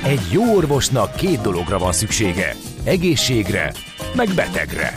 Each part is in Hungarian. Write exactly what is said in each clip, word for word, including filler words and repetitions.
Egy jó orvosnak két dologra van szüksége. Egészségre, meg betegre.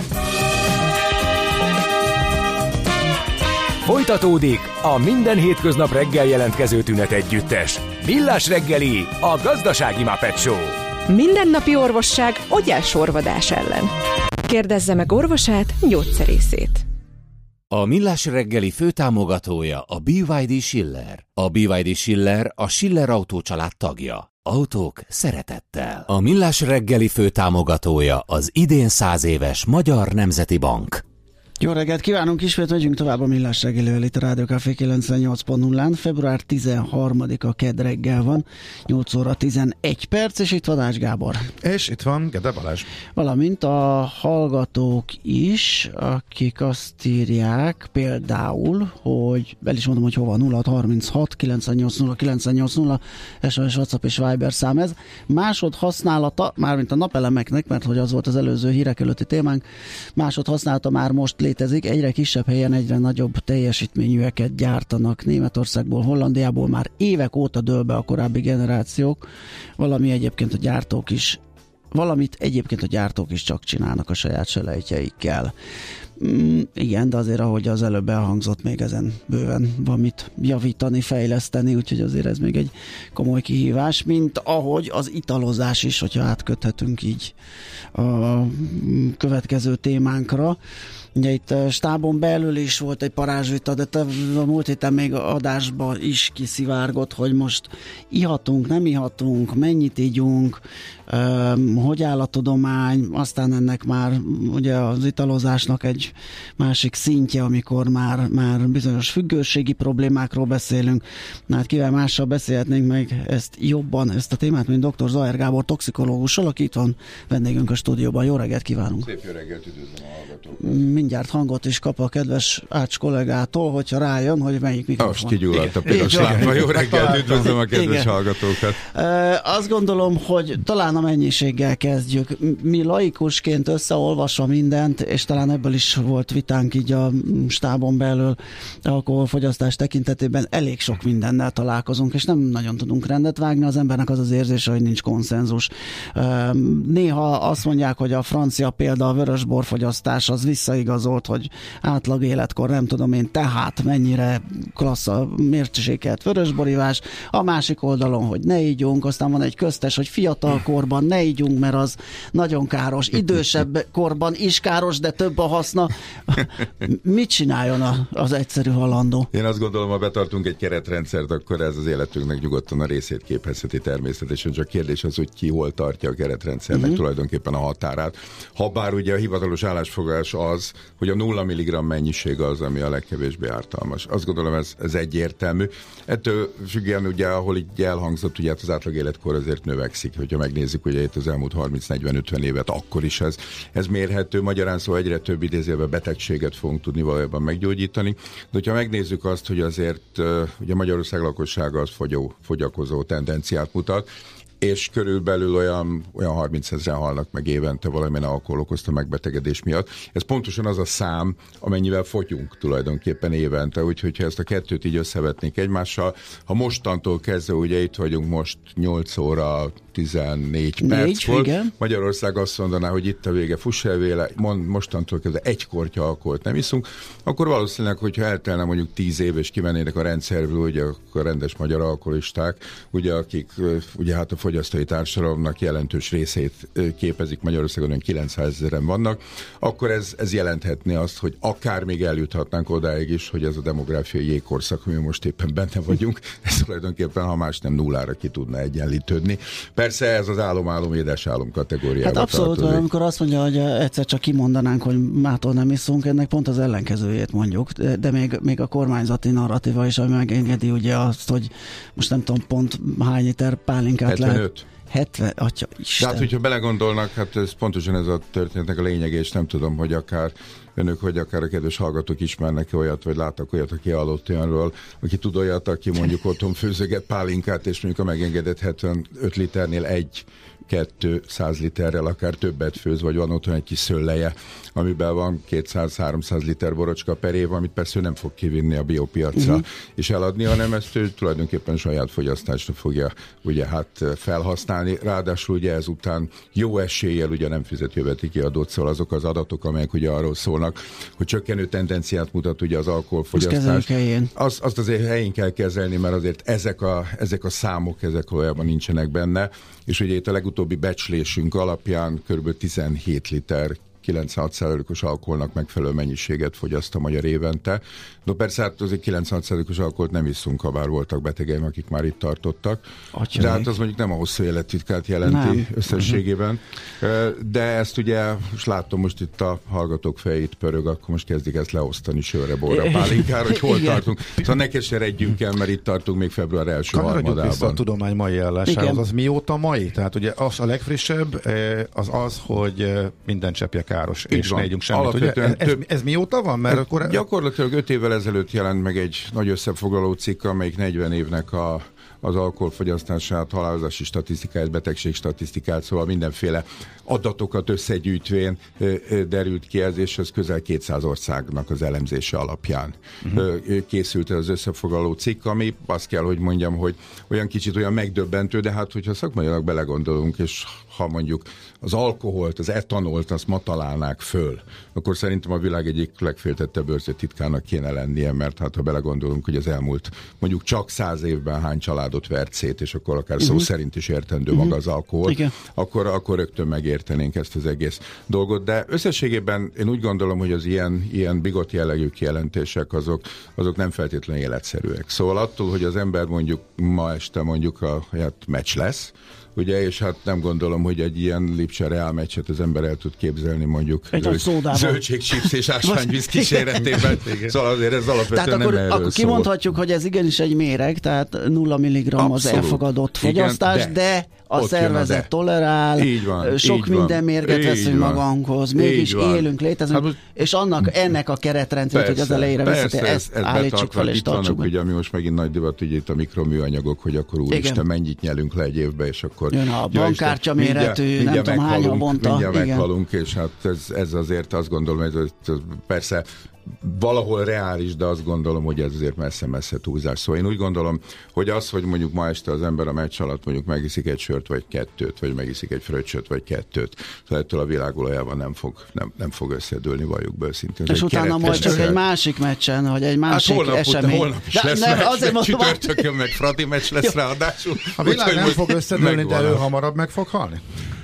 Folytatódik a minden hétköznap reggel jelentkező tünet együttes. Millás reggeli, a gazdasági Muppet Show. Mindennapi orvosság ogyásorvadás ellen. Kérdezze meg orvosát, gyógyszerészét. A Millás reggeli főtámogatója a bé vé dé Schiller. A bé vé dé Schiller a Schiller Autó család tagja. Autók szeretettel. A Millás reggeli főtámogatója az idén száz éves Magyar Nemzeti Bank. Jó reggelt kívánunk, ismét megyünk tovább a Millás reggelivel itt a Rádió Café kilencvennyolc pont nullán. február tizenharmadika kedd reggel van, nyolc óra tizenegy perc, és itt van Ács Gábor. És itt van Gede Balázs. Valamint a hallgatók is, akik azt írják például, hogy el is mondom, hogy hova, nulla hat harminchat kilencvennyolc nulla kilencvennyolc nulla es em es, WhatsApp és Viber szám ez. Másod használata, mármint a napelemeknek, mert hogy az volt az előző hírek előtti témánk, másod használata már most létezik, egyre kisebb helyen egyre nagyobb teljesítményűeket gyártanak. Németországból, Hollandiából már évek óta dől be a korábbi generációk, valami egyébként a gyártók is, valamit egyébként a gyártók is csak csinálnak a saját selejtjeikkel. Mm, igen, de azért, ahogy az előbb elhangzott, még ezen bőven van mit javítani, fejleszteni, úgyhogy azért ez még egy komoly kihívás, mint ahogy az italozás is, hogyha átköthetünk így a következő témánkra. Ugye itt stábon belül is volt egy parázsvita, de a múlt héten még adásba is kiszivárgott, hogy most ihatunk, nem ihatunk, mennyit ígyunk, hogy áll a tudomány, aztán ennek már ugye az italozásnak egy másik szintje, amikor már, már bizonyos függőségi problémákról beszélünk. Na hát kivel mással beszélhetnénk meg ezt jobban, ezt a témát, mint doktor Zajher Gábor toxikológussal, aki itt van vendégünk a stúdióban. Jó reggelt kívánunk! Szép jó reggelt, üdvözlöm a hallgatókat! Mindjárt hangot is kap a kedves Ács kollégától, hogyha rájön, hogy melyik mikrofon. Most kigyulladt a piros lámpa. Jó reggelt, üdvözlöm a kedves igen. hallgatókat! E, azt gondolom, hogy talán a mennyiséggel kezdjük. Mi laikusként összeolvasva mindent, és talán ebből is volt vitánk így a stábon belül alkoholfogyasztás tekintetében, elég sok mindennel találkozunk, és nem nagyon tudunk rendet vágni. Az embernek az az érzése, hogy nincs konszenzus. E, néha azt mondják, hogy a francia példa, a vörösborfogyasztás, az visszaigazolt, hogy átlag életkor, nem tudom én, tehát mennyire klassz a mérsékelt vörösborivás. A másik oldalon, hogy ne ígyunk, aztán van egy köztes, hogy fiatal korban ne ígyunk, mert az nagyon káros. Idősebb korban is káros, de több a haszna. Mit csináljon az egyszerű halandó? Én azt gondolom, ha betartunk egy keretrendszert, akkor ez az életünknek nyugodtan a részét képezheti természetesen. Csak kérdés az, hogy ki hol tartja a keretrendszernek uh-huh. tulajdonképpen a határát. Habár ugye a hivatalos állásfoglalás az, hogy a nulla milligramm mennyiség az, ami a legkevésbé ártalmas. Azt gondolom, ez, ez egyértelmű. Ettől függően ugye, ahol így elhangzott, ugye az átlag életkor azért növekszik, hogyha megnézzük ugye itt az elmúlt harminc negyven ötven évet, akkor is ez, ez mérhető. Magyarán szóval egyre több idézőjelben betegséget fogunk tudni valójában meggyógyítani. De hogyha megnézzük azt, hogy azért ugye Magyarország lakossága az fogyó, fogyakozó tendenciát mutat, és körülbelül olyan, olyan harminc ezren halnak meg évente valamilyen alkohol okozta megbetegedés miatt. Ez pontosan az a szám, amennyivel fogyunk tulajdonképpen évente, úgyhogy ha ezt a kettőt így összevetnék egymással, ha mostantól kezdve, ugye itt vagyunk most nyolc óra tizennégy perc volt, igen. Magyarország azt mondaná, hogy itt a vége, fuss el véle, mostantól kezdve egy kortya alkoholt nem iszunk, akkor valószínűleg, hogyha eltelne mondjuk tíz év, és kimennének a rendszerből, ugye a rendes magyar alkoholisták, ugye akik ugye hát a fogyasztói társadalomnak jelentős részét képezik, Magyarországon olyan kilencszázezren vannak, akkor ez, ez jelenthetné azt, hogy akár még eljuthatnánk odáig is, hogy ez a demográfiai jégkorszak, ami most éppen benne vagyunk, ez tulajdonképpen, ha más nem nullára ki tudna egyenlítődni. Persze ez az álom-álom, édes-álom kategóriába. Hát abszolút, tartozik. Amikor azt mondja, hogy egyszer csak kimondanánk, hogy mától nem iszunk, ennek pont az ellenkezőjét mondjuk, de, de még, még a kormányzati narratíva is, ami megengedi ugye azt, hogy most nem tudom pont hány liter pálinkát hetvenöt lehet. hetven, atya Isten. Tehát, hogyha belegondolnak, hát ez pontosan ez a történetnek a lényeg, és nem tudom, hogy akár önök, hogy akár a kedves hallgatók ismernek olyat, vagy láttak olyat, aki hallott olyanról, aki tud olyat, aki mondjuk otthon főzöget pálinkát, és mondjuk a megengedett hetvenöt liternél egy kettő száz literrel akár többet főz, vagy van otthon egy kis szőlleje, amiben van kétszáz-háromszáz liter borocska per év, amit persze nem fog kivinni a biopiacra uh-huh. és eladni, hanem ezt ő tulajdonképpen saját fogyasztásra fogja ugye hát felhasználni. Ráadásul ugye ezután jó eséllyel ugye nem fizet jövedelmi adót, szóval azok az adatok, amelyek ugye arról szólnak, hogy csökkenő tendenciát mutat ugye az alkoholfogyasztás. Az, azt azért helyén kell kezelni, mert azért ezek a, ezek a számok, ezek valójában nincsenek benne, és ugye itt a legutóbbi becslésünk alapján kb. tizenhét liter kilencvenhat százalékos alkoholnak megfelelő mennyiséget fogyaszt a magyar évente. De persze hát azért kilencvenhat százalékos alkoholt nem iszunk, ha bár voltak betegeim, akik már itt tartottak. Atyai. De hát az mondjuk nem a hosszú élettitkát jelenti nem. összességében. De ezt ugye, és látom most itt a hallgatók fejét pörög, akkor most kezdik ezt leosztani sörre, borra, pálinkára, hogy hol tartunk. Szóval ne keseredjünk el, mert itt tartunk még február első harmadában. Vissza a tudomány mai állásához. Az mióta mai? Tehát ugye az a legfrissebb az az, hogy minden cseppje káros, így és van. Ne együnk semmit. Ugye? Ez, több... ez mióta van? Mert akkor... Gyakorlatilag öt évvel ezelőtt jelent meg egy nagy összefoglaló cikk, amelyik negyven évnek a, az alkoholfogyasztását, halálozási statisztikáját, betegség statisztikát, szóval mindenféle adatokat összegyűjtvén ö, ö, derült ki ez, és ez közel kétszáz országnak az elemzése alapján uh-huh. ö, készült az összefoglaló cikk, ami azt kell, hogy mondjam, hogy olyan kicsit olyan megdöbbentő, de hát hogyha szakmailag belegondolunk, és ha mondjuk az alkoholt, az etanolt, azt ma találnák föl, akkor szerintem a világ egyik legféltettebb őrzőtitkának kéne lennie, mert hát ha belegondolunk, hogy az elmúlt mondjuk csak száz évben hány családot vert szét, és akkor akár uh-huh. szó szerint is értendő uh-huh. maga az alkohol, akkor, akkor rögtön megértenénk ezt az egész dolgot. De összességében én úgy gondolom, hogy az ilyen, ilyen bigott jellegű kijelentések azok, azok nem feltétlenül életszerűek. Szóval attól, hogy az ember mondjuk ma este mondjuk a hát meccs lesz, ugye, és hát nem gondolom, hogy egy ilyen Lipcse Real meccset az ember el tud képzelni mondjuk zöldségchips és ásványvíz kíséretében. Szóval azért ez alapvetően tehát nem akkor, erről akkor kimondhatjuk, hogy ez igenis egy méreg, tehát nulla milligramm az elfogadott fogyasztás, igen, de, de a szervezet tolerál, így van, sok így minden van, mérget veszünk magunkhoz, mégis élünk, létezünk, hát, és annak ennek a keretrendszert, hogy az elejére visszatér, ezt ez állítsuk fel és tartsuk meg. Ugye, ami most megint nagy divat, ugye itt a mikroműanyagok, hogy akkor úristen, mennyit nyelünk le egy évbe, és akkor jön a bankkártya méretű, mindjárt, nem mindjárt tudom hány havonta. Mindjárt meghalunk, és hát ez, ez azért azt gondolom, hogy ez, ez persze valahol reális, de azt gondolom, hogy ez azért messze-messze túlzás. Szóval én úgy gondolom, hogy az, hogy mondjuk ma este az ember a meccs alatt mondjuk megiszik egy sört vagy kettőt, vagy megiszik egy fröccsöt vagy kettőt, szóval ettől a világolajában nem fog, nem, nem fog összedőlni, valljuk be őszintén. És utána majd csak egy másik meccsen, vagy egy másik hát holnap, esemény. Holnap is lesz nem, meccs, azért meg csütörtökön, meg Fradi meccs lesz ráadásul. A világ nem fog összedőlni, de ő hamarabb meg fog halni?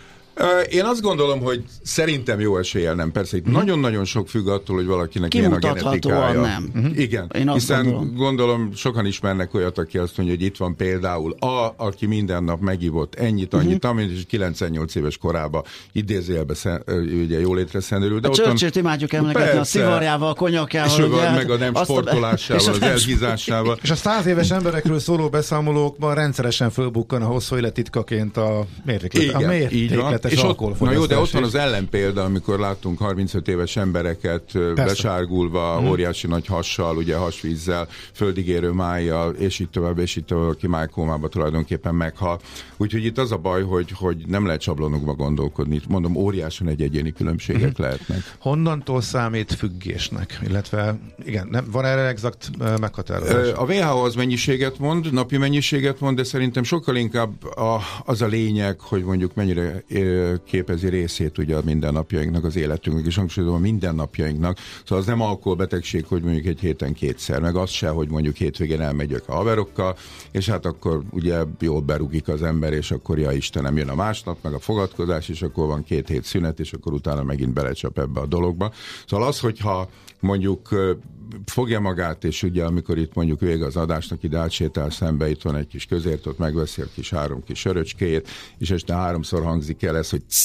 Én azt gondolom, hogy szerintem jó eséllyel nem. Persze itt uh-huh. nagyon-nagyon sok függ attól, hogy valakinek ilyen a genetikája. Nem. Uh-huh. Igen, Én hiszen gondolom. gondolom sokan ismernek olyat, aki azt mondja, hogy itt van például A, aki minden nap megivott ennyit, annyit, uh-huh. amit és kilencvennyolc éves korában idézőjelbe ugye jólétre szenderül. A Churchill-t imádjuk emlegetni a szivarjával, a konyakjával. És ugye, meg a nem sportolásával, az elhízásával. És a száz éves emberekről szóló beszámolókban rendszeresen fölbukkan a hosszú élettitkaként a mértékletes. És ott, na jó, de ott van az ellenpélda, amikor láttunk harmincöt éves embereket persze. besárgulva, hmm. óriási nagy hassal, ugye hasvízzel, földigérő májjal, és így tovább, és így tovább, aki májkómába tulajdonképpen meghal. Úgyhogy itt az a baj, hogy, hogy nem lehet sablonokba gondolkodni. Mondom, óriásan egy egyéni különbségek hmm. lehetnek. Honnantól számít függésnek? Illetve, igen, nem, van erre exakt uh, meghatározás? A vé há o az mennyiséget mond, napi mennyiséget mond, de szerintem sokkal inkább a, az a lényeg, hogy mondjuk mennyire képezi részét ugye a mindennapjainknak, az életünknek, és hangsúlyozom a mindennapjainknak. Szóval az nem alkoholbetegség, hogy mondjuk egy héten kétszer, meg az se, hogy mondjuk hétvégén elmegyek a haverokkal, és hát akkor ugye jól berúgik az ember, és akkor ja Istenem, jön a másnap, meg a fogadkozás, és akkor van két hét szünet, és akkor utána megint belecsap ebbe a dologba. Szóval az, hogyha mondjuk fogja magát, és ugye amikor itt mondjuk vége az adásnak, ide átsétál szembe, itt van egy kis közért, ott megveszi a kis három kis söröcskéjét, és este háromszor hangzik el ez, hogy cs,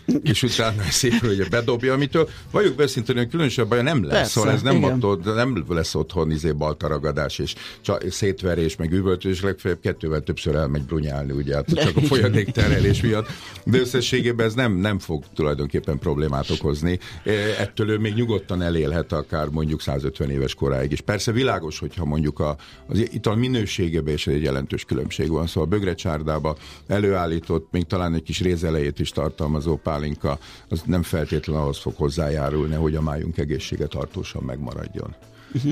és utána szépen ugye bedobja, amitől vagyok beszintén, hogy különösebb baj nem lesz. Persze, szóval ez nem, attól, nem lesz otthon izé baltaragadás és szétverés, meg üvöltözés, legfeljebb kettővel többször elmegy brunyálni, ugye, hát csak a folyadékterhelés miatt, de összességében ez nem, nem fog tulajdonképpen problémát okozni. Ettől ő még nyugodtan elélhet akár mondjuk százötven éves koráig is. Persze világos, hogyha mondjuk a, az ital minőségében is egy jelentős különbség van. Szóval a bögrecsárdában előállított, még talán egy kis rézelejét is tartalmazó pálinka, az nem feltétlenül ahhoz fog hozzájárulni, hogy a májunk egészsége tartósan megmaradjon. Uh-huh.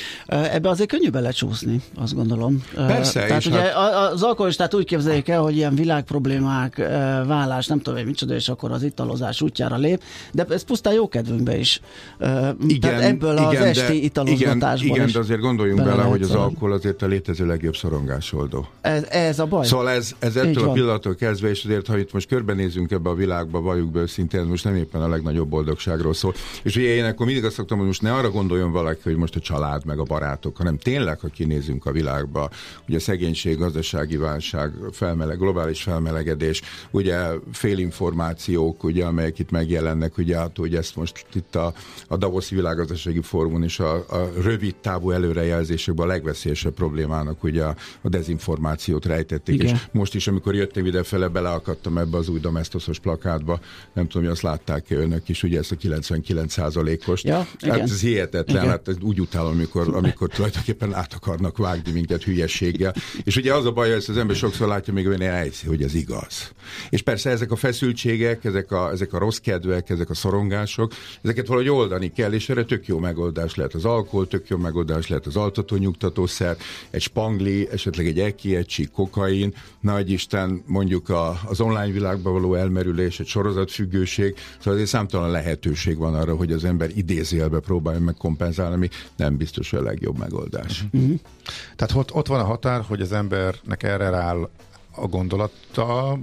Ebbe azért könnyű belecsúszni, azt gondolom. Persze. Tehát ugye hát... az alkoholistát úgy képzeljék el, hogy ilyen világproblémák, vállás, nem tudom, hogy micsoda, és akkor az italozás útjára lép, de ez pusztán jó kedvünkbe is. Igen, tehát ebből az igen, esti de, italozgatásból igen, igen, de azért gondoljunk bele, hogy az alkohol azért a létező legjobb szorongásoldó. Ez, ez a baj. Szóval ez, ez ettől a pillanattól kezdve, és azért, ha itt most körbenézünk ebbe a világba, valljuk be őszintén, most nem éppen a legnagyobb boldogságról szól. És ugye én akkor mindig azt szoktam, hogy most ne arra gondoljon valaki, hogy most a család meg a barátok, hanem tényleg, ha kinézünk a világba, ugye a szegénység, gazdasági válság, felmeleg, globális felmelegedés, ugye félinformációk, ugye, amelyek itt megjelennek, ugye, hát, hogy ezt most itt a, a Davoszi Világgazdasági Fórumon is a, a rövid távú előrejelzésekben a legveszélyesebb problémának ugye a, a dezinformációt rejtették, igen. És most is, amikor jöttem idefele, beleakadtam ebbe az új Domestos Plakátba, nem tudom, hogy azt látták-e önök is, ugye ezt a kilencvenkilenc százalékos. Ja, hát ez hihetetlen, igen. Hát úgy utálom, amikor, amikor tulajdonképpen át akarnak vágni minket hülyességgel. És ugye az a baj, hogy ezt az ember sokszor látja, még olyan elhiszi, hogy ez igaz. És persze ezek a feszültségek, ezek a, ezek a rossz kedvek, ezek a szorongások, ezeket valahogy oldani kell, és erre tök jó megoldás lehet az alkohol, tök jó megoldás lehet az altató nyugtatószer, egy spangli, esetleg egy eki, egy csík kokain, nagy Isten, mondjuk a, az online világban való elmerülés, egy sorozatfüggőség, szóval azért számtalan lehetőség van arra, hogy az ember idézőjelbe próbálja meg kompenzálni, ami nem biztos a legjobb megoldás. Uh-huh. Tehát ott, ott van a határ, hogy az embernek erre áll a gondolata,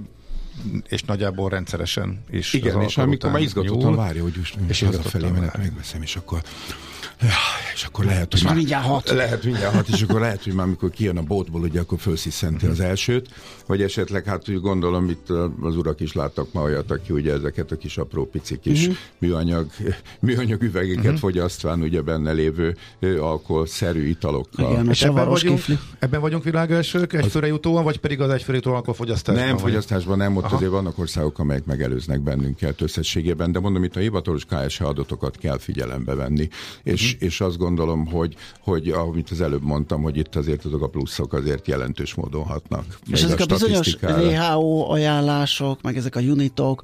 és nagyjából rendszeresen is. Igen, és amikor már izgatottan várja, hogy most és hazafelé menet megveszem, és akkor ja, és akkor lehet, hogy már mindjárt hat. Lehet mindjárt hat, és akkor lehet, hogy már amikor kijön a boltból, ugye akkor fölsziszenti az elsőt, vagy esetleg, hát úgy gondolom, itt az urak is láttak ma olyat, aki ugye ezeket a kis apró pici kis uh-huh. műanyag, műanyag üvegeket uh-huh. fogyasztván, ugye benne lévő alkoholszerű italokkal. Igen, és ebben vagyunk, ebben vagyunk világelsők, egyfőre jutóan, vagy pedig az egyfőre jutó alkoholfogyasztásban? Nem, fogyasztásban nem, ott Aha. azért vannak országok, amelyek megelőznek bennünket összességében, de mondom, itt a hivatalos ká es há adatokat kell figyelembe venni, és És, és azt gondolom, hogy, hogy amit az előbb mondtam, hogy itt azért azok a pluszok azért jelentős módon hatnak. És ezek a, a bizonyos dupla vé há ó ajánlások, meg ezek a unitok,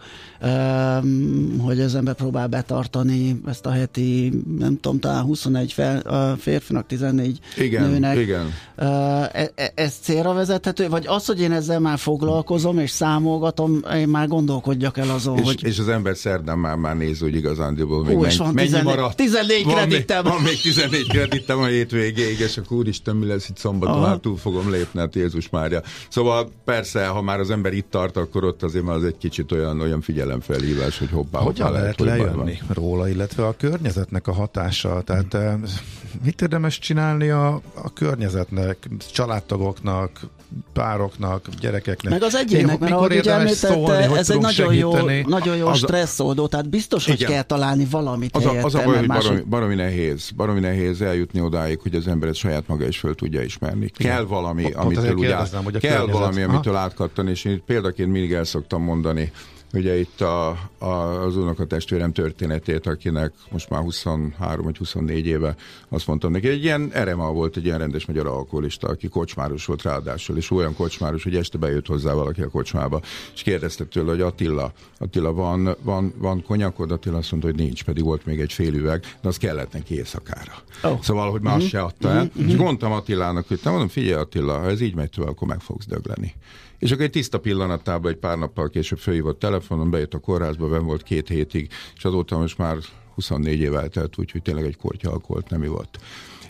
um, hogy az ember próbál betartani ezt a heti, nem tudom, talán huszonegy fel, a férfinak, tizennégy igen, nőnek. Igen. Uh, ez célra vezethető? Vagy az, hogy én ezzel már foglalkozom és számolgatom, én már gondolkodjak el azon, és, hogy... És az ember szerdán már, már néz, hogy igazándiból még Hú, mennyi, van mennyi maradt. tizennégy kredit. Van még tizennégy kreditem a hétvégéig, és akkor úristen, mi lesz itt szombaton, már túl fogom lépni, hát Jézus Mária. Szóval persze, ha már az ember itt tart, akkor ott azért már az egy kicsit olyan, olyan figyelemfelhívás, hogy hoppá, hoppá. Hogyan lehet, lehet lejönni róla, illetve a környezetnek a hatása? Tehát hmm. mit érdemes csinálni a, a környezetnek, családtagoknak, pároknak, gyerekeknek? Meg az egyének, mert ahogy ugye említette, ez egy nagyon jó, nagyon jó stresszoldó, tehát biztos, hogy igen. kell találni valamit az helyette. Az a baj, hogy baromi, baromi nehéz, baromi nehéz eljutni odáig, hogy az ember ezt saját maga is föl tudja ismerni. Igen. Kell valami, Pont amitől, úgy át, kell valami amitől átkattani, és én példaként mindig el szoktam mondani, ugye itt a, a, az unokatestvérem történetét, akinek most már huszonhárom vagy huszonnégy éve, azt mondtam neki, egy ilyen erema volt, egy ilyen rendes magyar alkoholista, aki kocsmáros volt ráadásul, és olyan kocsmáros, hogy este bejött hozzá valaki a kocsmába, és kérdezte tőle, hogy Attila, Attila van, van, van konyakod? Attila azt mondta, hogy nincs, pedig volt még egy fél üveg, de az kellett neki éjszakára. Oh. Szóval, hogy már mm-hmm. azt se adta el. Mm-hmm. És mondtam Attilának, hogy te mondom, figyelj Attila, ha ez így megy tovább, akkor meg fogsz dögleni. És akkor egy tiszta pillanatában egy pár nappal később fölhívott telefonon, bejött a kórházba, benn volt két hétig, és azóta most már huszonnégy év eltelt, úgyhogy tényleg egy kortya alkoholt nem ivott.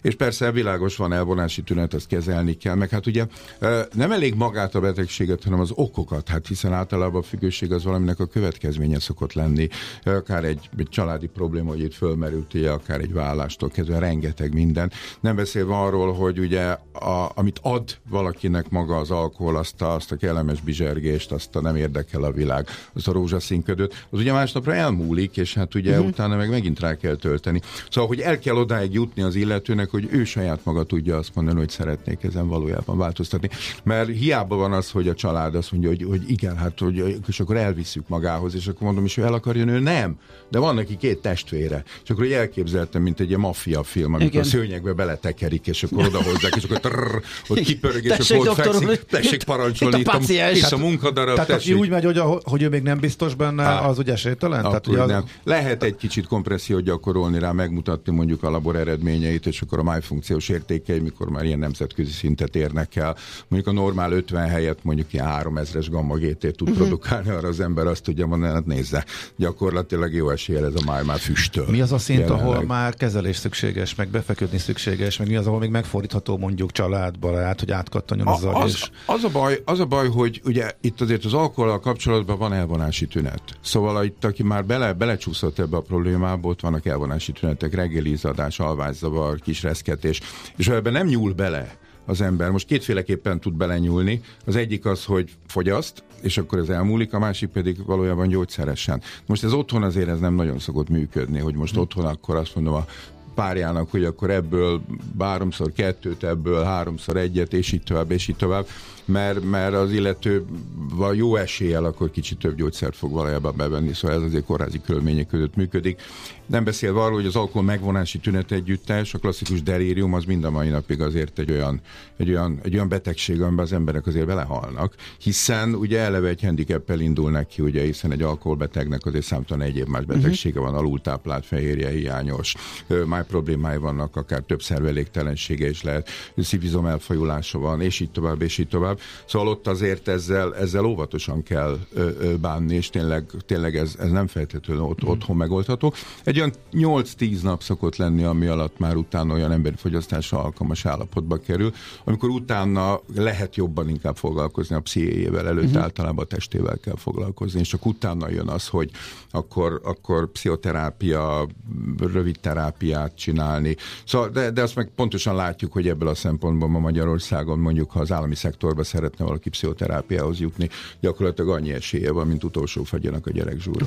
És persze világos, van elvonási tünet, azt kezelni kell, meg hát ugye nem elég magát a betegséget, hanem az okokat, hát hiszen általában a függőség az valaminek a következménye szokott lenni. Akár egy, egy családi probléma, hogy itt fölmerült, ugye, akár egy vállástól kezdve, rengeteg minden. Nem beszélve arról, hogy ugye a, amit ad valakinek maga az alkohol, azt a, azt a kellemes bizsergést, azt a nem érdekel a világ, azt a rózsaszínködöt, az ugye másnapra elmúlik, és hát ugye uh-huh. utána meg megint rá kell tölteni. Szóval, hogy el kell odáig jutni az illetőnek, hogy ő saját maga tudja azt mondani, hogy szeretnék ezen valójában változtatni. Mert hiába van az, hogy a család azt mondja, hogy, hogy igen, hát, hogy, és akkor elviszük magához, és akkor mondom, és ő el akarja, ő nem. De van neki két testvére. És akkor hogy elképzeltem, mint egy ilyen maffia film, amikor igen. a szőnyegbe beletekerik, és akkor odahozzák, és akkor trrr, ott kipörög, és akkor ott fekszik, tessék parancsolni, itt a, itt a munkadarab. Tehát aki úgy megy, hogy ő még nem biztos benne, Há, az ugye esélytelen? Tehát ugye az... nem. Lehet egy kicsit kompressziót gyakorolni rá, megmutatni mondjuk a labor eredményeit, és akkor a májfunkciós értékei, mikor már ilyen nemzetközi szintet érnek el. Mondjuk a normál ötven helyet mondjuk ilyen háromezres gamma gé té tud uh-huh. produkálni, arra az ember azt tudja mondani, hát nézze, gyakorlatilag jó eséllyel ez a máj már füstöl. Mi az a szint, jelenleg, ahol már kezelés szükséges, meg befeküdni szükséges, meg mi az, ahol még megfordítható mondjuk családba át, hogy átkattanjon az a, az, az, a baj, az a baj, hogy ugye itt azért az alkohollal kapcsolatban van elvonási tünet. Szóval itt, aki már bele, belecsúszott ebbe a problémába, ott vannak elvonási tünetek, reggelizadás, alvászavar, kis reszketés, és ha ebben nem nyúl bele az ember, most kétféleképpen tud belenyúlni. Az egyik az, hogy fogyaszt, és akkor ez elmúlik, a másik pedig valójában gyógyszeresen. Most ez otthon azért ez nem nagyon szokott működni, hogy most otthon akkor azt mondom a párjának, hogy akkor ebből háromszor kettőt, ebből háromszor egyet, és így tovább, és így tovább, mert, mert az illető jó eséllyel akkor kicsit több gyógyszert fog valójában bevenni, szóval ez azért kórházi körülmények között működik. Nem beszélve arról, hogy az alkohol megvonási tünet együttes, a klasszikus delírium az mind a mai napig azért egy olyan, egy olyan, egy olyan betegség, amiben az emberek azért belehalnak, hiszen ugye eleve egy handicappel indul neki, ugye, hiszen egy alkoholbetegnek azért számtalan egyéb más betegsége van, alultáplált, fehérje hiányos, máj problémái vannak, akár több szervelégtelensége is lehet, szívizom elfajulása van, és így tovább, és így tovább. Szóval ott azért ezzel, ezzel óvatosan kell ö, ö, bánni, és tényleg, tényleg ez, ez nem feltétlenül ott, otthon megoldható. Egy olyan nyolc-tíz nap szokott lenni, ami alatt már utána olyan emberi fogyasztásra alkalmas állapotba kerül, amikor utána lehet jobban inkább foglalkozni a pszichéjével, előtt uh-huh. általában a testével kell foglalkozni, és csak utána jön az, hogy akkor, akkor pszichoterápia, rövid terápiát csinálni. Szóval, de, de azt meg pontosan látjuk, hogy ebből a szempontból ma Magyarországon mondjuk, ha az állami szektorba szeretne valaki pszichoterápiához jutni, gyakorlatilag annyi esélye van, mint utolsó fagyjanak a gyerekzsúron.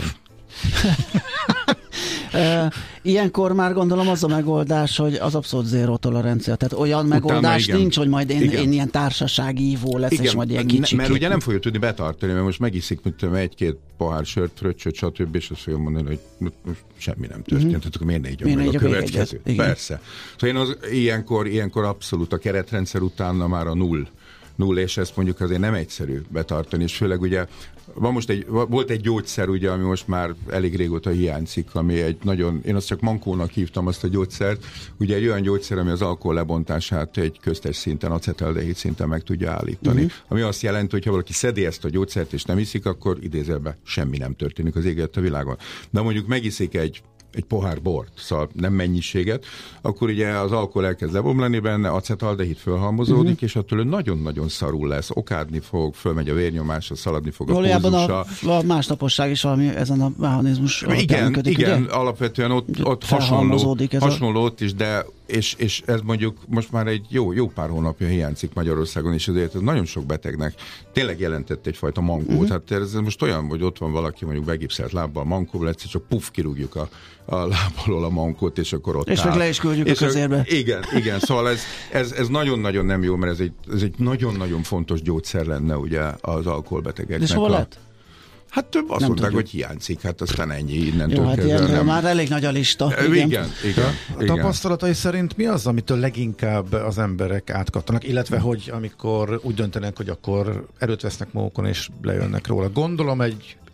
Uh, ilyenkor már gondolom az a megoldás, hogy az abszolút zéró tolerancia. Tehát olyan utána megoldás igen. nincs, hogy majd én, én ilyen társasági ívó lesz, igen. és majd ilyen kicsi. Ne, mert ugye nem fogja tudni betartani, mert most megiszik, mint tudom, egy-két pohár sört, fröccsöt, stb. És azt fogja mondani, hogy semmi nem történt. Mm-hmm. Tehát akkor miért ne ígyom meg a következőt? Persze. Szóval én az, ilyenkor, ilyenkor abszolút a keretrendszer utána már a null. null, és ezt mondjuk azért nem egyszerű betartani, és főleg ugye van most egy, volt egy gyógyszer, ugye, ami most már elég régóta hiányzik, ami egy nagyon, én azt csak mankónak hívtam azt a gyógyszert, ugye egy olyan gyógyszer, ami az alkohol lebontását egy köztes szinten, acetaldehid szinten meg tudja állítani. Uh-huh. Ami azt jelenti, hogy ha valaki szedi ezt a gyógyszert és nem iszik, akkor idézőben semmi nem történik az égett a világon. De mondjuk megiszik egy egy pohár bort, szóval nem mennyiséget, akkor ugye az alkohol elkezd lebomlani benne, acetaldehid fölhalmozódik, uh-huh. és attól nagyon-nagyon szarul lesz, okádni fog, fölmegy a vérnyomása, szaladni fog a valójában pózusa. A, a másnaposság is valami ezen a mechanizmus igen, működik, igen, ugye? Alapvetően ott, ott hasonló, hasonló ott is, de és, és ez mondjuk most már egy jó, jó pár hónapja hiányzik Magyarországon, és ezért ez nagyon sok betegnek tényleg jelentett egyfajta mankót. Uh-huh. Hát ez most olyan, hogy ott van valaki mondjuk begipszelt lábbal mankóval, egyszer csak puff, kirúgjuk a, a lábalól a mankót, és akkor ott és áll. meg le is küldjük és a közérbe. Igen, igen, szóval ez, ez, ez nagyon-nagyon nem jó, mert ez egy, ez egy nagyon-nagyon fontos gyógyszer lenne ugye az alkoholbetegeknek. És hol lett? Hát több azt nem mondták, tudjuk. Hogy hiányzik, hát aztán ennyi innentől jó, hát kezdve. Ilyen, nem... Már elég nagy a lista. Igen, igen. igen, igen. A tapasztalatai szerint mi az, amitől leginkább az emberek átkattanak, illetve hogy amikor úgy döntenek, hogy akkor erőt vesznek magukon és lejönnek róla. Gondolom egy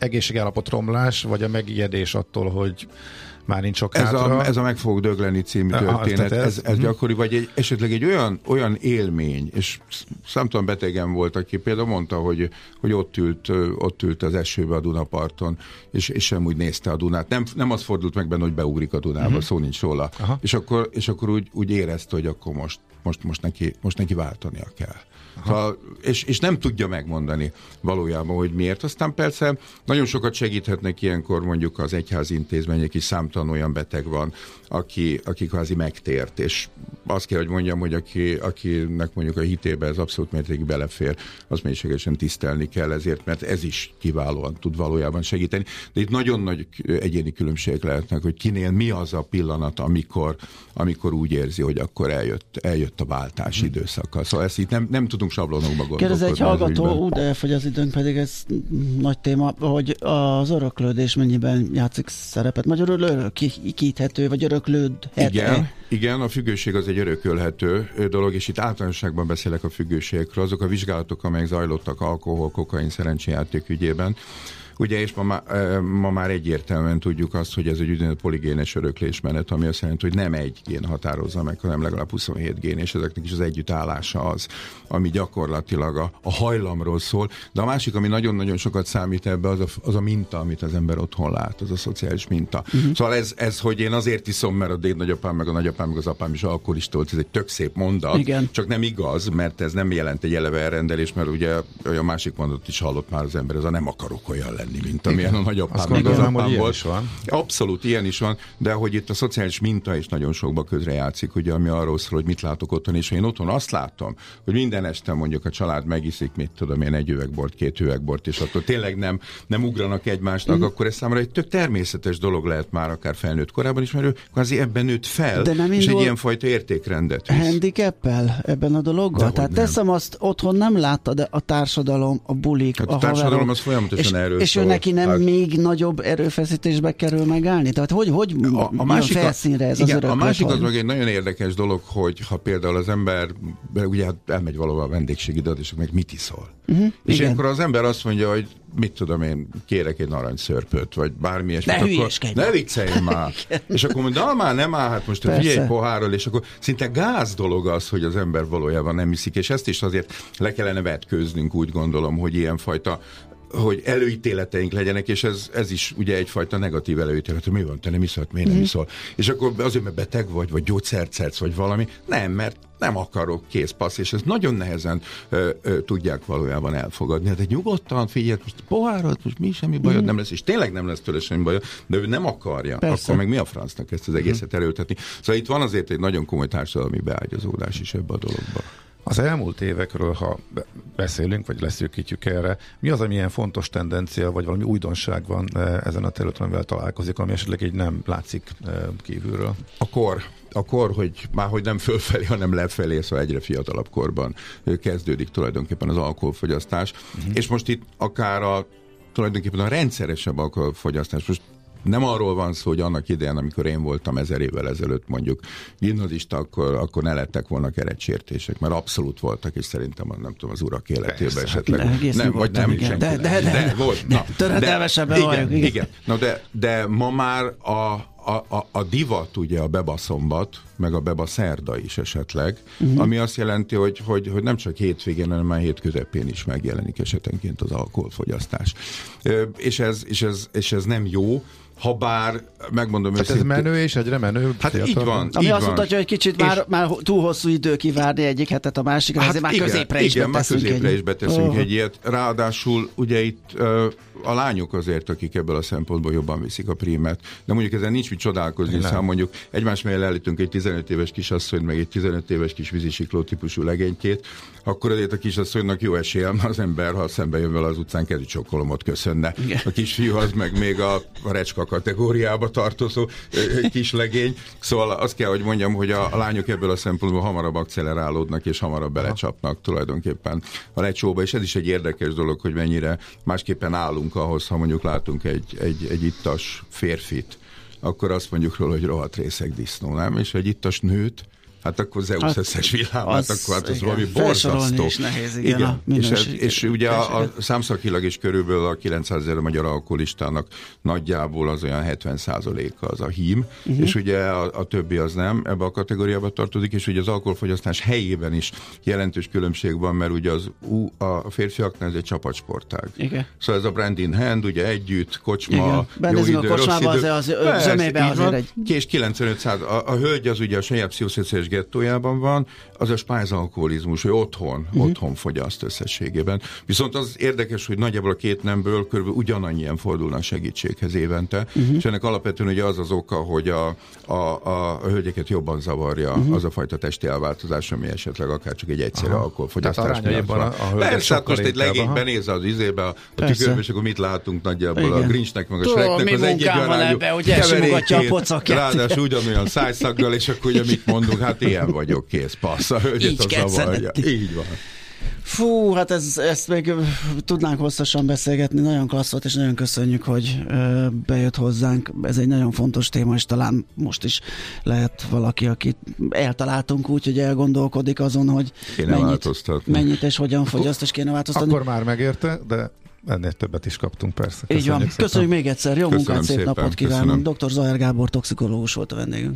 egészségállapot romlás, vagy a megijedés attól, hogy már nincs sok ez hátra. a, ez a Meg fogok dögleni című történet, ez, ez, ez gyakori, vagy egy, esetleg egy olyan, olyan élmény, és számtalan betegem volt, aki például mondta, hogy, hogy ott, ült, ott ült az esőbe a Dunaparton, és, és sem úgy nézte a Dunát. Nem, nem az fordult meg benne, hogy beugrik a Dunába, uh-huh. szó nincs róla. És akkor, és akkor úgy, úgy érezte, hogy akkor most, most, most, neki, most neki váltania kell. Szóval, és, és nem tudja megmondani valójában, hogy miért. Aztán persze nagyon sokat segíthetnek ilyenkor mondjuk az egyházi intézmények is, számtalan olyan beteg van, aki, aki kvázi megtért, és azt kell, hogy mondjam, hogy aki, akinek mondjuk a hitébe ez abszolút mértékig belefér, az mélységesen tisztelni kell ezért, mert ez is kiválóan tud valójában segíteni. De itt nagyon nagy egyéni különbségek lehetnek, hogy kinél mi az a pillanat, amikor, amikor úgy érzi, hogy akkor eljött, eljött a váltás hmm. időszaka. Szóval ezt itt nem, nem tudunk sablonokba gondolkodni. Kérdez egy hallgató, de elfogy az időnk, pedig ez nagy téma, hogy az öröklődés mennyiben játszik szerepet? Magyarul örökíthető, vagy öröklődhet? Igen, igen, a függőség az egy örökölhető dolog, és itt általánosságban beszélek a függőségekről. Azok a vizsgálatok, amelyek zajlottak alkohol, kokain, szerencsejáték ügyében, ugye, és ma, má, ma már egyértelműen tudjuk azt, hogy ez egy úgynevezett poligénes öröklésmenet, ami azt jelenti, hogy nem egy gén határozza meg, hanem legalább huszonhét gén, és ezeknek is az együttállása az, ami gyakorlatilag a, a hajlamról szól. De a másik, ami nagyon-nagyon sokat számít ebbe, az a, az a minta, amit az ember otthon lát, az a szociális minta. Uh-huh. Szóval ez, ez, hogy én azért iszom, mert a dédnagyapám, meg a nagyapám, meg az apám is alkoholista volt, ez egy tök szép mondat, igen. Csak nem igaz, mert ez nem jelent egy eleve elrendelés, mert ugye a másik mondatot is hallott már az ember, ez a nem akarok olyan lenni, mint amilyen a nagyapám, meg az apám volt. Abszolút ilyen is van, de hogy itt a szociális minta is nagyon sokba közrejátszik, ugye, ami arról szól, hogy mit látok otthon, és én otthon azt látom, hogy minden este mondjuk a család megiszik, mit tudom én, egy üvegbort, két üvegbort, és attól tényleg nem, nem ugranak egymásnak, mm. akkor ez számomra egy tök természetes dolog lehet már akár felnőtt korában is, mert ő kvázi ebben nőtt fel, és egy ilyenfajta értékrendet visz. Handicappel ebben a dologgal? Tehát teszem azt, otthon nem látta, de a társadalom, a bulik, hát a, a társadalom haverok, az folyamatosan erről és ő neki nem hát... még nagyobb erőfeszítésbe kerül megállni? Tehát hogy, hogy a, a másik felszínre ez igen, az öröklött? A másik az meg egy nagyon érdekes dolog, hogy ha például az ember ugye hát elmegy valahol a vendégségidőt, és meg mit iszol. Uh-huh, és ilyenkor az ember azt mondja, hogy mit tudom én, kérek egy narancsszörpöt, vagy bármi ilyesmit. Ne hülyeskedj! Ne viccelj már! És akkor mondja, na már nem áll, hát most a figyelj pohárral, és akkor szinte gáz dolog az, hogy az ember valójában nem iszik, és ezt is azért le kellene vetkőznünk, úgy gondolom, hogy ilyenfajta hogy előítéleteink legyenek, és ez, ez is ugye egyfajta negatív előítélet, hogy mi van, te nem iszol, miért nem iszol? És akkor azért, mert beteg vagy, vagy gyógyszert szedsz, vagy valami. Nem, mert nem akarok, kész, passz, és ez nagyon nehezen ö, ö, tudják valójában elfogadni. Hát egy nyugodtan, figyelj, most a pohárad, most mi semmi bajod mm. nem lesz, és tényleg nem lesz tőle semmi bajod, de ő nem akarja, persze. Akkor meg mi a francnak ezt az egészet erőltetni? Szóval itt van azért egy nagyon komoly társadalmi beágyazódás is ebbe a dologba. Az elmúlt évekről, ha beszélünk, vagy leszűkítjük erre, mi az, ami ilyen fontos tendencia, vagy valami újdonság van ezen a területen, amivel találkozik, ami esetleg így nem látszik kívülről? A kor. A kor, hogy már hogy nem fölfelé, hanem lefelé, szóval egyre fiatalabb korban kezdődik tulajdonképpen az alkoholfogyasztás. Uh-huh. És most itt akár a tulajdonképpen a rendszeresebb alkoholfogyasztás, most nem arról van szó, hogy annak idején, amikor én voltam ezer évvel ezelőtt mondjuk gimnazista, akkor, akkor ne lettek volna keretsértések, mert abszolút voltak, és szerintem nem tudom, az urak életében esetleg. De, nem, vagy nem, igen. senki. De, de, de, de, volt. Na, töredelmesebben vagyok. Igen, igen. Na de, de ma már a A, a, a divat ugye a bebaszombat, meg a bebaszerda is esetleg, uh-huh. ami azt jelenti, hogy, hogy, hogy nem csak hétvégén, hanem már hét közepén is megjelenik esetenként az alkoholfogyasztás. Ö, és, ez, és, ez, és ez nem jó, ha bár, megmondom őszintén... ez menő és egyre menő. Hát így van. Ami így azt van. mutatja, hogy kicsit már, és... már túl hosszú idő kivárni egyik hetet a másikra, hát ezért már igen, középre is igen, beteszünk. Igen, már középre egy... is beteszünk oh. egy ilyet. Ráadásul ugye itt uh, a lányok azért, akik ebből a szempontból jobban viszik a prímet, de mondjuk ezen nincs mit csodálkozni, szóval mondjuk egymás mellé állítunk egy tizenöt éves kisasszonyt, meg egy tizenöt éves kis vízisikló típusú legénykét, akkor azért a kisasszonynak jó esélye, az ember, ha szembe jön vele az utcán, kezi csokkolomot köszönne. Igen. A kisfiú az meg még a, a recska kategóriába tartozó kis legény. Szóval azt kell, hogy mondjam, hogy a, a lányok ebből a szempontból hamarabb akcelerálódnak, és hamarabb belecsapnak tulajdonképpen a lecsóba, és ez is egy érdekes dolog, hogy mennyire másképpen állunk ahhoz, ha mondjuk látunk egy, egy, egy ittas férfit, akkor azt mondjuk róla, hogy rohadt részeg disznó, nem? És egy ittas nőt, hát akkor Zeus hát, összes villámát, az, akkor hát az igen, valami borzasztó. Is nehéz, igen, igen. A és, ez, és ugye a, a számszakilag is körülbelül a kilencszázezer magyar alkoholistának nagyjából az olyan hetven százaléka az a hím, uh-huh. és ugye a, a többi az nem ebbe a kategóriába tartozik, és ugye az alkoholfogyasztás helyében is jelentős különbség van, mert ugye az a férfiaknál ez egy csapatsportág. Igen. Szóval ez a brand in hand, ugye együtt, kocsma, igen. Jó idő, rossz idő. Az, az, az zömében azért egy... És kilencvenöt százalék, a, a hölgy az ugye a saját pszichoszociális gettójában van, az a spájzalkoholizmus, hogy otthon, uh-huh. otthon fogyaszt összességében. Viszont az érdekes, hogy nagyjából a két nemből körülbelül ugyanannyian fordulnak segítséghez évente, uh-huh. és ennek alapvetően ugye az az oka, hogy a, a, a, a hölgyeket jobban zavarja uh-huh. az a fajta testi elváltozás, ami esetleg akár csak egy egyszerű alkoholfogyasztás miatt van. Persze, hát most egy legényben néz az izébe, a tükörbe, és akkor mit látunk nagyjából igen. a Grinchnek, meg a Shreknek az egyébben keverékét, ráadásul ugyanolyan szájszaggal, és akkor ugye mit mondunk, hát ilyen vagyok, kész, passz, a hölgyet a zavarja. Így van. Fú, hát ez, ezt még tudnánk hosszasan beszélgetni, nagyon klassz volt, és nagyon köszönjük, hogy ö, bejött hozzánk. Ez egy nagyon fontos téma, és talán most is lehet valaki, akit eltaláltunk úgy, hogy elgondolkodik azon, hogy mennyit, mennyit és hogyan fogyaszt, és kéne változtatni. Akkor már megérte, de ennél többet is kaptunk, persze. Köszönjük Így van. Szépen. Köszönjük még egyszer, jó Köszönöm munkát, szép szépen. napot kívánunk. doktor Zajár Gábor toxikológus volt a vendégünk.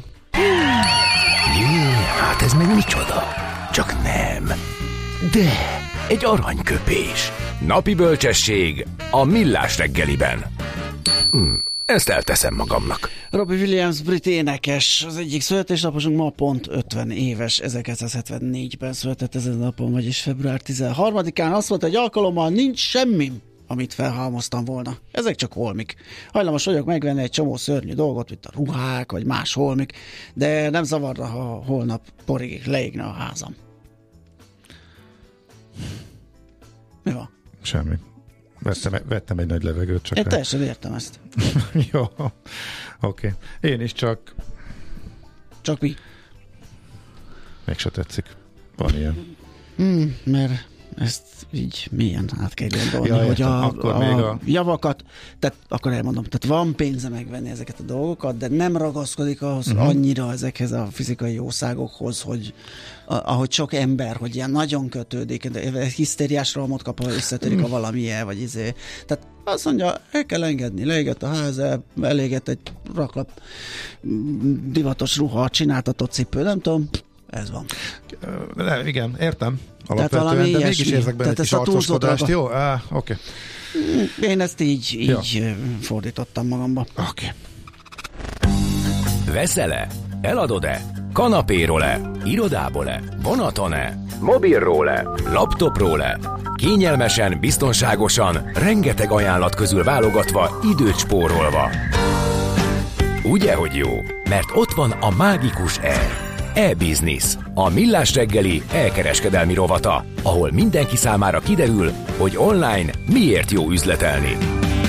Jé, hát ez meg micsoda? Csak nem. De egy aranyköpés. Napi bölcsesség a Millás reggeliben. Hm, ezt elteszem magamnak. Robbie Williams brit énekes, az egyik születésnaposunk ma pont ötven éves, ezerkilencszázhetvennégyben született ezen a napon, vagyis február tizenharmadikán. Azt mondta, hogy alkalommal nincs semmi, amit felhalmoztam volna. Ezek csak holmik. Hajlamos vagyok megvenni egy csomó szörnyű dolgot, mint a ruhák, vagy más holmik, de nem zavarna, ha holnap porig leégne a házam. Mi van? Semmi. Vettem, vettem egy nagy levegőt. Csak Én rá. teljesen értem ezt. Jó, oké. Okay. Én is csak... Csak mi? Mégse tetszik. Van ilyen. Hmm, mert ezt így milyen át kell gondolni, ja, hogy a, a, még a javakat, tehát akkor elmondom, tehát van pénze megvenni ezeket a dolgokat, de nem ragaszkodik ahhoz uh-huh. annyira ezekhez a fizikai jószágokhoz, hogy a, ahogy sok ember, hogy ilyen nagyon kötődik, de hisztériás rohamot kap, ha összetörik a valamilyen, vagy izé. Tehát azt mondja, el kell engedni, leégett a ház, elégett egy raklap divatos ruha, csináltatott cipő, nem tudom, ez van. De, igen, értem. Alapvetően, de ilyesmi. Mégis érzek benne egy kis arcoskodást. Jó, ah, oké. Okay. Én ezt így, így ja. fordítottam magamba. Oké. Okay. Veszel-e? Eladod-e? Kanapéról-e? Irodából-e? Vonaton-e? Mobilról-e? Laptopról-e? Kényelmesen, biztonságosan, rengeteg ajánlat közül válogatva, időt spórolva. Ugye, hogy jó? Mert ott van a mágikus E. E-Business, a Millás reggeli elkereskedelmi rovata, ahol mindenki számára kiderül, hogy online miért jó üzletelni.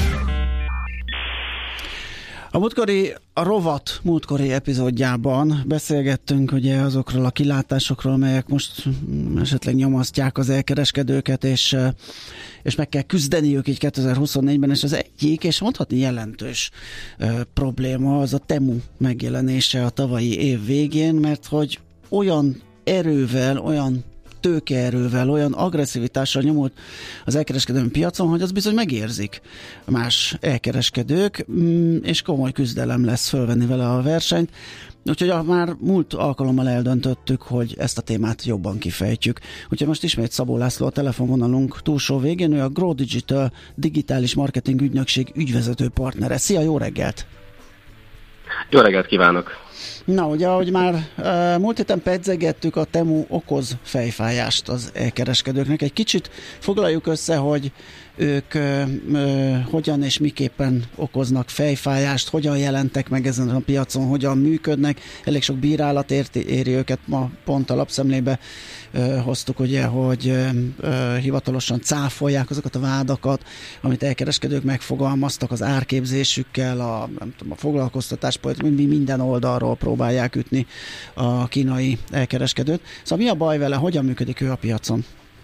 A múltkori, a rovat múltkori epizódjában beszélgettünk ugye azokról a kilátásokról, melyek most esetleg nyomasztják az elkereskedőket, és, és meg kell küzdeniük így kétezer-huszonnégyben, és az egyik, és mondhatni jelentős uh, probléma az a Temu megjelenése a tavalyi év végén, mert hogy olyan erővel, olyan tőkeerővel, olyan agresszivitással nyomult az elkereskedelmi piacon, hogy az bizony megérzik más elkereskedők, és komoly küzdelem lesz fölvenni vele a versenyt. Úgyhogy már múlt alkalommal eldöntöttük, hogy ezt a témát jobban kifejtjük. Úgyhogy most ismét Szabó László a telefonvonalunk túlsó végén, ő a Grow Digital digitális marketing ügynökség ügyvezető partnere. Szia, jó reggelt! Jó reggelt kívánok! Na, ugye, ahogy már uh, múlt héten pedzegettük, a Temu okoz fejfájást az elkereskedőknek. Egy kicsit foglaljuk össze, hogy ők uh, uh, hogyan és miképpen okoznak fejfájást, hogyan jelentek meg ezen a piacon, hogyan működnek. Elég sok bírálat érti, éri őket, ma pont a lapszemlébe uh, hoztuk, ugye, hogy uh, uh, hivatalosan cáfolják azokat a vádakat, amit elkereskedők megfogalmaztak az árképzésükkel, a, nem tudom, a foglalkoztatáspolitikát, minden oldalról próbálják ütni a kínai elkereskedőt. Szóval mi a baj vele, hogyan működik ő a piacon?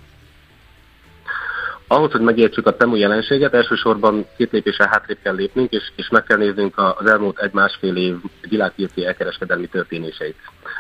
Ahhoz, hogy megértsük a Temu jelenséget, elsősorban két lépéssel hátrébb kell lépnünk, és, és meg kell néznünk az elmúlt egy-másfél év világpiaci elkereskedelmi történéseit.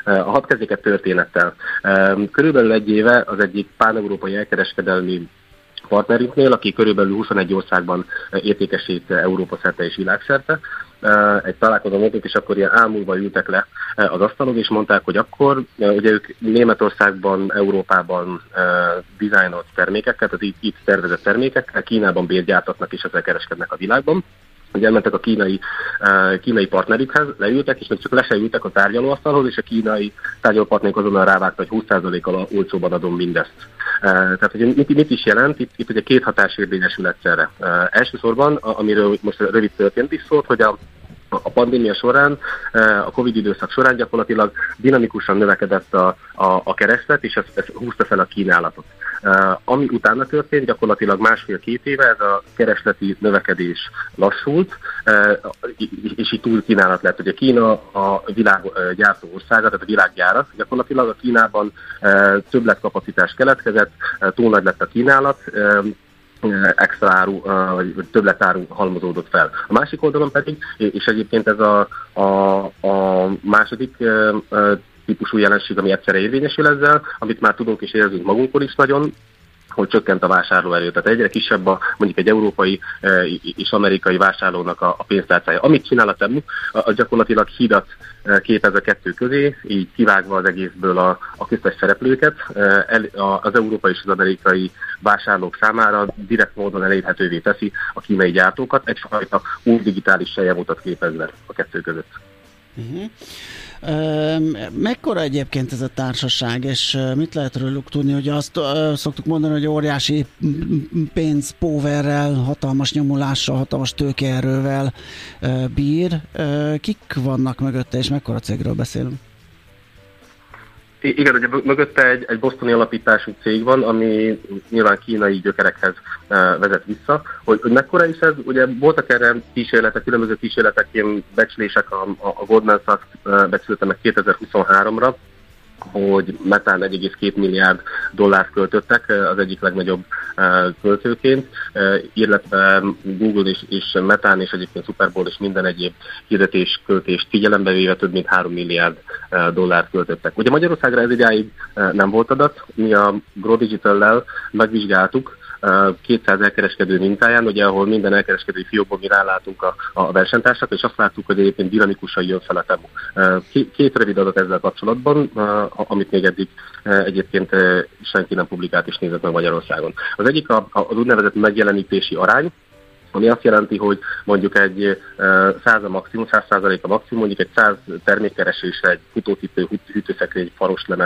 Hadd kezdjék egy történettel. Körülbelül egy éve az egyik pán-európai elkereskedelmi partnerünknél, aki körülbelül huszonegy országban értékesít Európa szerte és világszerte, egy találkozón voltunk, és akkor ilyen ámulva ültek le az asztalon, és mondták, hogy akkor ugye ők Németországban, Európában dizájnolt termékekkel, tehát itt, itt tervezett termékekkel, Kínában bérgyártatnak és ezzel kereskednek a világban. Ugye elmentek a kínai, uh, kínai partnerükhez, leültek, és még csak le se ültek a tárgyalóasztalhoz, és a kínai tárgyalópartnerük azonnal rávágta, hogy húsz százalékkal olcsóban adom mindezt. Uh, tehát, hogy mit, mit is jelent? Itt, itt ugye két hatás érvényesül egyszerre. Uh, elsősorban, amiről most rövid történt is szólt, hogy a A pandémia során, a Covid időszak során gyakorlatilag dinamikusan növekedett a, a, a kereslet, és ez, ez húzta fel a kínálatot. Uh, ami utána történt, gyakorlatilag másfél-két éve ez a keresleti növekedés lassult, uh, és így túl kínálat lett. Ugye Kína a világ uh, gyártó országa, tehát a világgyárat, gyakorlatilag a Kínában uh, többletkapacitás keletkezett, uh, túl nagy lett a kínálat, uh, extra áru, vagy többletáru halmozódott fel. A másik oldalon pedig, és egyébként ez a, a, a második típusú jelenség, ami egyszerre érvényesül ezzel, amit már tudunk és érzünk magunkon is nagyon, hogy csökkent a vásárlóerő. Tehát egyre kisebb a, mondjuk egy európai e, és amerikai vásárlónak a, a pénztárcája. Amit csinál a Temu, az gyakorlatilag hidat e, képez a kettő közé, így kivágva az egészből a, a köztes szereplőket. E, el, a, az európai és az amerikai vásárlók számára direkt módon elérhetővé teszi a kínai gyártókat, egyfajta új digitális selyemútat képezve a kettő között. Uh-huh. Mekkora egyébként ez a társaság, és mit lehet róluk tudni, hogy azt uh, szoktuk mondani, hogy óriási pénzpóverrel, hatalmas nyomulással, hatalmas tőkeerővel uh, bír. Uh, kik vannak mögötte, és mekkora cégről beszélünk? Igen, ugye mögötte egy, egy bostoni alapítású cég van, ami nyilván kínai gyökerekhez uh, vezet vissza. Hogy, hogy mekkora is ez, ugye voltak erre kísérletek, különböző kísérletek, ilyen becslések, a, a Goldman Sachs uh, becsülte meg kétezer-huszonháromra, hogy Metán egy egész két milliárd dollárt költöttek az egyik legnagyobb uh, költőként, uh, illetve Google és, és Metán és egyébként Super Bowl és minden egyéb hirdetés költést figyelembe véve több mint három milliárd uh, dollárt költöttek. Ugye Magyarországra ez idáig uh, nem volt adat, mi a Grow Digital-lel megvizsgáltuk, kétszáz elkereskedő mintáján, ugye, ahol minden elkereskedői fiókban mi rálátunk a, a versenytársak, és azt láttuk, hogy egyébként dinamikusan jön fel a Temu. Két rövid adat ezzel kapcsolatban, amit még eddig egyébként senki nem publikált és nézett meg Magyarországon. Az egyik a, az úgynevezett megjelenítési arány, ami azt jelenti, hogy mondjuk egy száz a maximum, száz százalék a maximum, mondjuk egy száz termékkeresésre, egy futócipő, hűtőszekrény, faroslemez,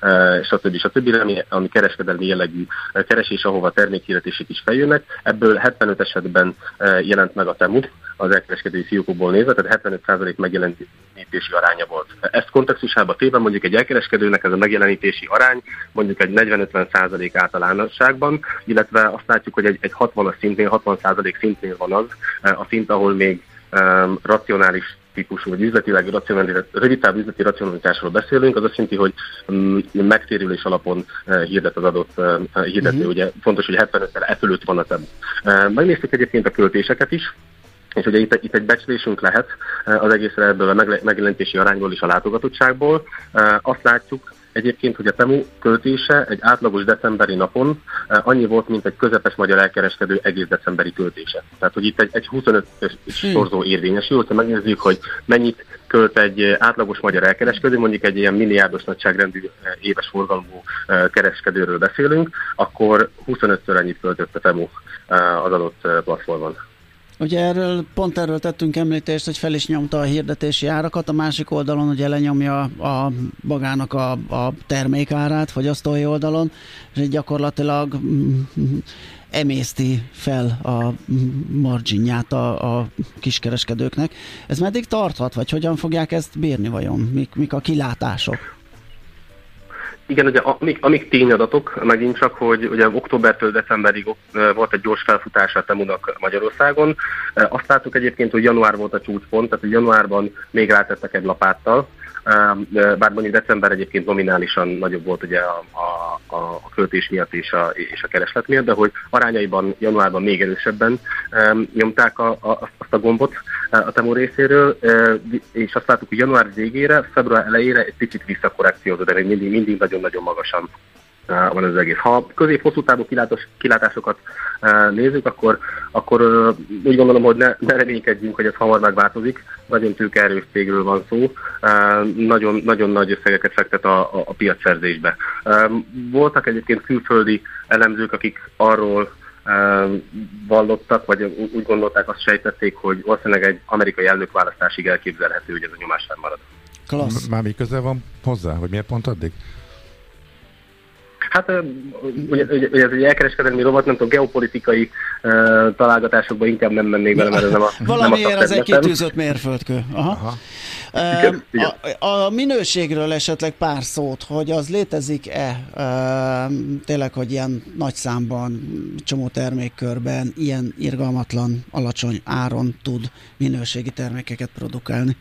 stb. stb. Ami, ami kereskedelmi jellegű keresés, ahova termékhirdetések is feljönnek. Ebből hetvenöt esetben jelent meg a Temu az elkereskedői fiókokból nézve, tehát hetvenöt százalék megjelenítési aránya volt. Ezt kontextusába téve mondjuk egy elkereskedőnek ez a megjelenítési arány mondjuk egy negyven-ötven százalék általánosságban, illetve azt látjuk, hogy egy, egy hatvanas szintnél, hatvan százalék szintnél van az a szint, ahol még um, racionális típusú, vagy üzletileg rövidtávú üzleti racionalitásról beszélünk, az azt jelenti, hogy um, megtérülés alapon uh, hirdet az adott uh, hirdető. Uh-huh. Ugye fontos, hogy hetvenöttel e fölött van a Temu. Uh, megnéztük egyébként a költéseket is, és ugye itt, itt egy becslésünk lehet az egészre ebből a megjelenítési arányból és a látogatottságból. Azt látjuk egyébként, hogy a Temu költése egy átlagos decemberi napon annyi volt, mint egy közepes magyar elkereskedő egész decemberi költése. Tehát, hogy itt egy, egy huszonöt sorzó érvényesül, ha megnézzük, hogy mennyit költ egy átlagos magyar elkereskedő, mondjuk egy ilyen milliárdos nagyságrendű éves forgalmú kereskedőről beszélünk, akkor huszonötször ennyit költött a Temu az adott platformon. Ugye erről, pont erről tettünk említést, hogy fel is nyomta a hirdetési árakat, a másik oldalon ugye lenyomja a magának a, a termékárát, fogyasztói oldalon, és gyakorlatilag mm, emészti fel a marginját a, a kiskereskedőknek. Ez meddig tarthat, vagy hogyan fogják ezt bírni vajon? Mik, mik a kilátások? Igen, ugye amik, amik tényadatok, megint csak, hogy ugye októbertől decemberig volt egy gyors felfutása a Temunak Magyarországon. Azt láttuk egyébként, hogy január volt a csúcspont, tehát hogy januárban még rátettek egy lapáttal, bár mondjuk december egyébként nominálisan nagyobb volt ugye a, a, a költés miatt és a, és a kereslet miatt, de hogy arányaiban januárban még erősebben nyomták a, a, azt a gombot a Temu részéről, és azt láttuk, hogy január végére, február elejére egy picit visszakorrekciózott, de még mindig, mindig nagyon-nagyon magasan van az egész. Ha közép-hosszú távú kilátásokat nézzük, akkor, akkor úgy gondolom, hogy ne, ne reménykedjünk, hogy ez hamar megváltozik. Nagyon tőkeerős cégről van szó, nagyon, nagyon nagy összegeket fektet a, a, a piacszerzésbe. Voltak egyébként külföldi elemzők, akik arról vallottak, vagy úgy gondolták, azt sejtették, hogy valószínűleg egy amerikai elnökválasztásig elképzelhető, hogy ez a nyomás fennmarad. Klassz. Már mi közel van hozzá, hogy miért pont addig? Hát ugye, ugye ez egy elkereskedelmi rovat, nem tudom, geopolitikai uh, találgatásokba inkább nem mennék bele, mert ez nem a valamiért az egy kitűzött mérföldkő. Aha. Aha. Uh, igen, igen. A, a minőségről esetleg pár szót, hogy az létezik-e uh, tényleg, hogy ilyen nagy számban, csomó termékkörben ilyen irgalmatlan, alacsony áron tud minőségi termékeket produkálni?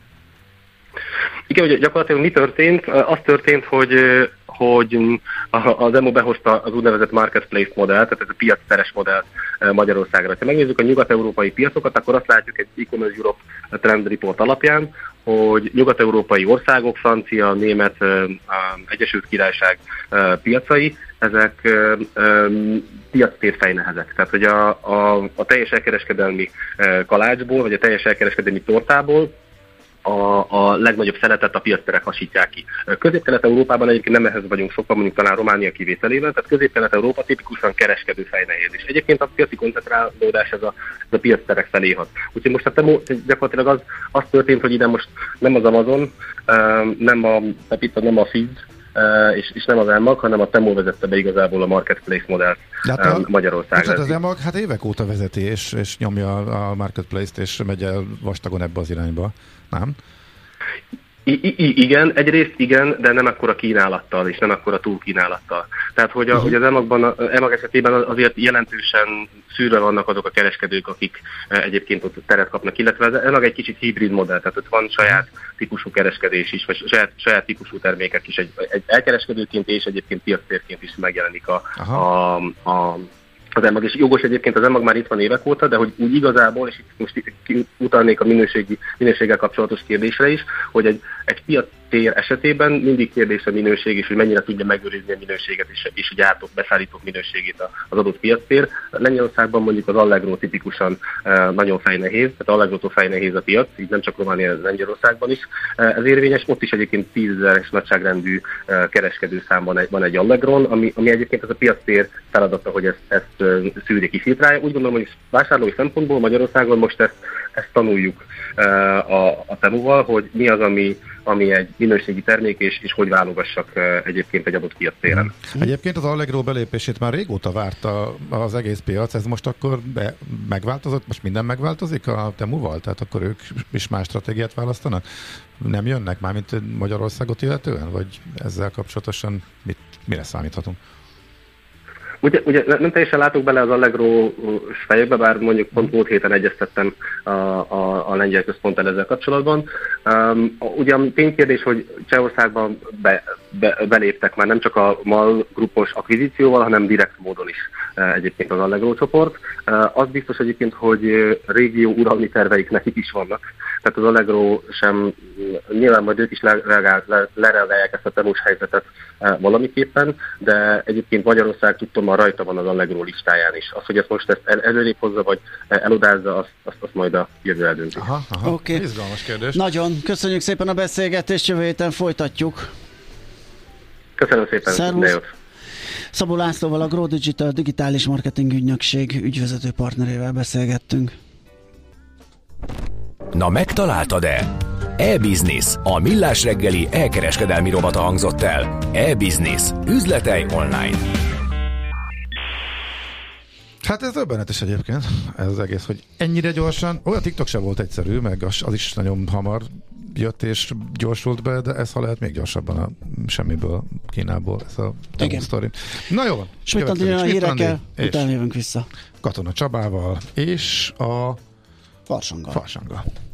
Igen, ugye gyakorlatilag mi történt? Az történt, hogy hogy az e em o behozta az úgynevezett marketplace modellt, tehát ez a piacteres modellt Magyarországra. Ha megnézzük a nyugat-európai piacokat, akkor azt látjuk egy e-commerce Europe Trend Report alapján, hogy nyugat-európai országok, Francia, Német, Egyesült Királyság piacai, ezek piactérfejnehezek. Tehát, hogy a, a, a teljes elkereskedelmi kalácsból, vagy a teljes elkereskedelmi tortából A, a legnagyobb szeletet a piacterek hasítják ki. Közép-Kelet-Európában egyébként nem ehhez vagyunk sokan, mondjuk talán Románia kivételével, tehát Közép-Kelet-Európa tipikusan kereskedő fejnehéz is. Egyébként a piaci koncentrálódás ez a, ez a piacterek felé hat. Úgyhogy most a Temu gyakorlatilag az, az történt, hogy ide most nem az Amazon, nem a Pepita, nem a Fizz, és, és nem az EMAG, hanem a Temu vezette be igazából a marketplace modellt um, Magyarországra. Hát az EMAG hát évek óta vezeti, és, és nyomja a marketplace-t, és megy el vastagon ebbe az irányba, nem? I- I- igen, egyrészt igen, de nem akkora kínálattal, és nem akkora túlkínálattal. Tehát, hogy, a, uh-huh. hogy az EMAG-ban, az EMAG esetében azért jelentősen szűrve vannak azok a kereskedők, akik egyébként ott teret kapnak, illetve az EMAG egy kicsit hibrid modell, tehát ott van saját típusú kereskedés is, vagy saját, saját típusú termékek is, egy, egy elkereskedőként és egyébként piactérként is megjelenik a, a, a az EMAG, és jogos egyébként az EMAG már itt van évek óta, de hogy úgy igazából, és itt most utalnék a minőségi, minőséggel kapcsolatos kérdésre is, hogy egy, egy piactér esetében mindig kérdés a minőség, és hogy mennyire tudja megőrizni a minőséget, és, és a gyártók, beszállítók minőségét az adott piactér. Lengyelországban mondjuk az Allegro tipikusan uh, nagyon fejnehéz, tehát Allegro-tól fejnehéz a piac, így nem csak Románia, Lengyelországban is. Uh, ez érvényes, ott is egyébként tízezeres nagyságrendű uh, kereskedőszám van egy, van egy Allegron, ami, ami egyébként ez a piactér feladata, hogy ezt, ezt szűri, kifiltrálja. Úgy gondolom, hogy vásárlói szempontból Magyarországon most ezt, ezt tanuljuk uh, a, a Temuval, hogy mi az, ami, ami egy minőségi termék, és, és hogy válogassak uh, egyébként egy adott piactéren. Hmm. Egyébként az Allegro belépését már régóta várta az egész piac, ez most akkor be, megváltozott, most minden megváltozik a Temuval? Tehát akkor ők is más stratégiát választanak? Nem jönnek már, mint Magyarországot illetően? Vagy ezzel kapcsolatosan mit, mire számíthatunk? Ugye, ugye nem teljesen látok bele az Allegro-s fejekbe, bár mondjuk pont múlt héten egyeztettem a, a, a lengyel központtal ezzel kapcsolatban. Um, ugye a ténykérdés, hogy Csehországban be, be, beléptek már nem csak a MAL grupos akvizícióval, hanem direkt módon is uh, egyébként az Allegro csoport. Uh, az biztos egyébként, hogy régió uralmi terveik nekik is vannak. Tehát az Allegro sem, nyilván majd ők is lereagálják ezt a Temus helyzetet uh, valamiképpen, de egyébként Magyarország tudtommal rajta van az Allegro listáján is. Az, hogy ezt most ezt el, előrébb hozza, vagy elodázza, azt, azt, azt majd a jövő eldönti. Aha, aha. Okay. Izgalmas kérdés. Nagyon köszönjük szépen a beszélgetést, jövő héten folytatjuk. Köszönöm szépen. Szervusz. Szabó Lászlóval, a Grow Digital digitális marketing ügynökség ügyvezető partnerével beszélgettünk. Na, megtaláltad-e? E-Business, a millás reggeli elkereskedelmi rovata hangzott el. E-Business, üzletei online. Hát ez döbbenetes egyébként, ez az egész, hogy ennyire gyorsan, olyan TikTok sem volt egyszerű, meg az, az is nagyon hamar jött és gyorsult be, de ez ha lehet még gyorsabban a semmiből, Kínából, ez a Temu sztori. Na jó van. Schmidt Andi a hírekkel, utána jövünk vissza. Katona Csabával és a Farsanggal. Farsanggal.